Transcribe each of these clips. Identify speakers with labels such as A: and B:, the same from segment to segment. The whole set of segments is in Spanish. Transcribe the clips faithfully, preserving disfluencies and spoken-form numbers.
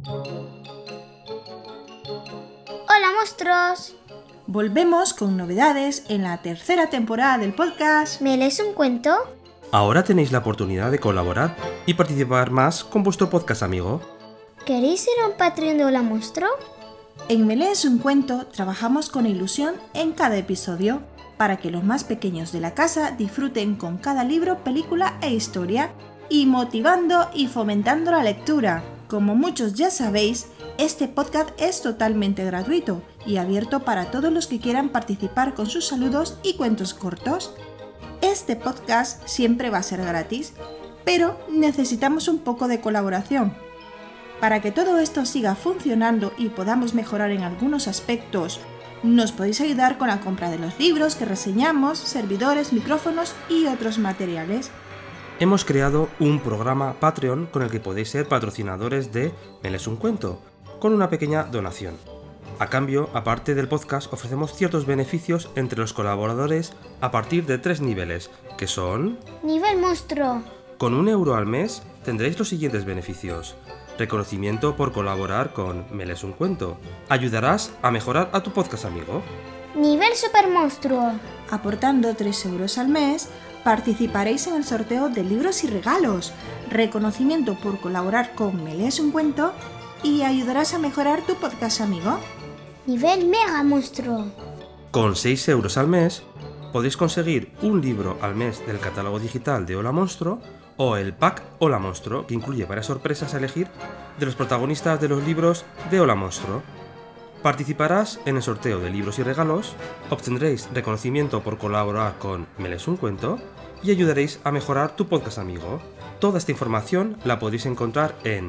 A: Hola, monstruos.
B: Volvemos con novedades en la tercera temporada del podcast.
A: ¿Me lees un cuento?
C: Ahora tenéis la oportunidad de colaborar y participar más con vuestro podcast amigo.
A: ¿Queréis ser un Patreon de Hola, monstruo?
B: En Me lees un cuento trabajamos con ilusión en cada episodio para que los más pequeños de la casa disfruten con cada libro, película e historia y motivando y fomentando la lectura. Como muchos ya sabéis, este podcast es totalmente gratuito y abierto para todos los que quieran participar con sus saludos y cuentos cortos. Este podcast siempre va a ser gratis, pero necesitamos un poco de colaboración. Para que todo esto siga funcionando y podamos mejorar en algunos aspectos, nos podéis ayudar con la compra de los libros que reseñamos, servidores, micrófonos y otros materiales.
C: Hemos creado un programa Patreon con el que podéis ser patrocinadores de Me lees un cuento, con una pequeña donación. A cambio, aparte del podcast, ofrecemos ciertos beneficios entre los colaboradores a partir de tres niveles, que son...
A: Nivel monstruo.
C: Con un euro al mes tendréis los siguientes beneficios. Reconocimiento por colaborar con Me lees un cuento. Ayudarás a mejorar a tu podcast amigo.
A: Nivel super monstruo.
B: Aportando tres euros al mes, participaréis en el sorteo de libros y regalos. Reconocimiento por colaborar con Me lees un cuento y ayudarás a mejorar tu podcast amigo.
A: Nivel mega monstruo.
C: Con seis euros al mes podéis conseguir un libro al mes del catálogo digital de Hola Monstruo o el pack Hola Monstruo, que incluye varias sorpresas a elegir de los protagonistas de los libros de Hola Monstruo. Participarás en el sorteo de libros y regalos, obtendréis reconocimiento por colaborar con Me lees un cuento y ayudaréis a mejorar tu podcast amigo. Toda esta información la podéis encontrar en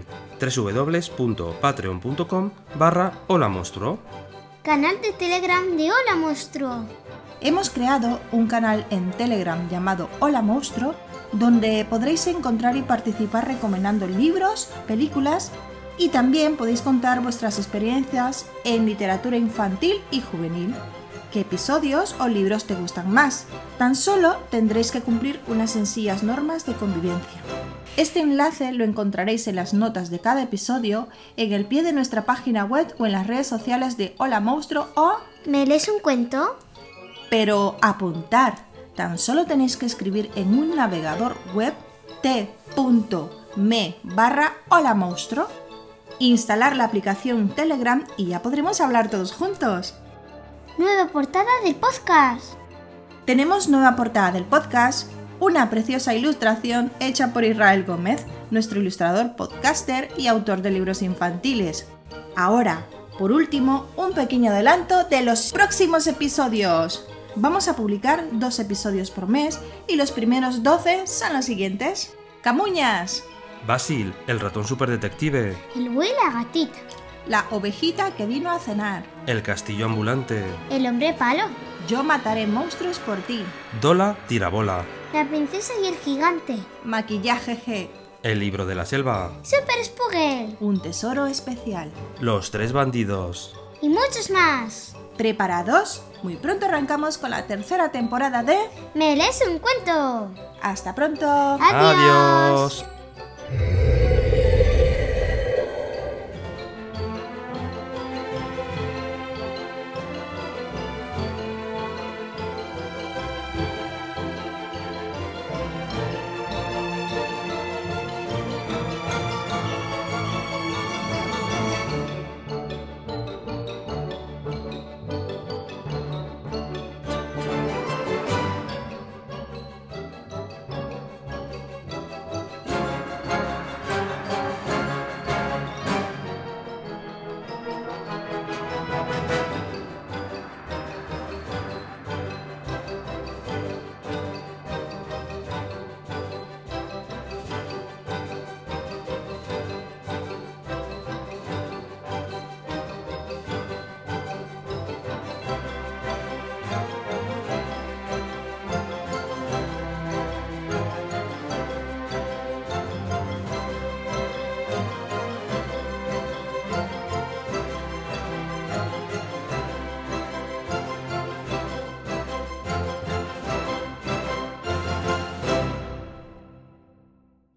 C: www.patreon.com barra Hola Monstruo.
A: Canal de Telegram de Hola, monstruo.
B: Hemos creado un canal en Telegram llamado Hola Monstruo, donde podréis encontrar y participar recomendando libros, películas y también podéis contar vuestras experiencias en literatura infantil y juvenil. ¿Qué episodios o libros te gustan más? Tan solo tendréis que cumplir unas sencillas normas de convivencia. Este enlace lo encontraréis en las notas de cada episodio, en el pie de nuestra página web o en las redes sociales de Hola Monstruo o...
A: ¿Me lees un cuento?
B: Pero apuntar, tan solo tenéis que escribir en un navegador web t.me barra Hola Monstruo, instalar la aplicación Telegram y ya podremos hablar todos juntos.
A: Nueva portada del podcast.
B: Tenemos nueva portada del podcast, una preciosa ilustración hecha por Israel Gómez, nuestro ilustrador, podcaster y autor de libros infantiles. Ahora, por último, un pequeño adelanto de los próximos episodios. Vamos a publicar dos episodios por mes y los primeros doce son los siguientes. ¡Camuñas!
C: Basil, el ratón superdetective.
A: El buey la gatita.
B: La ovejita que vino a cenar.
C: El castillo ambulante.
A: El hombre palo.
B: Yo mataré monstruos por ti.
C: Dola tirabola.
A: La princesa y el gigante.
B: Maquillaje G.
C: El libro de la selva.
A: Super Spugel.
B: Un tesoro especial.
C: Los tres bandidos.
A: Y muchos más.
B: ¿Preparados? Muy pronto arrancamos con la tercera temporada de...
A: ¿Me lees un cuento?
B: ¡Hasta pronto!
A: ¡Adiós!
C: Adiós.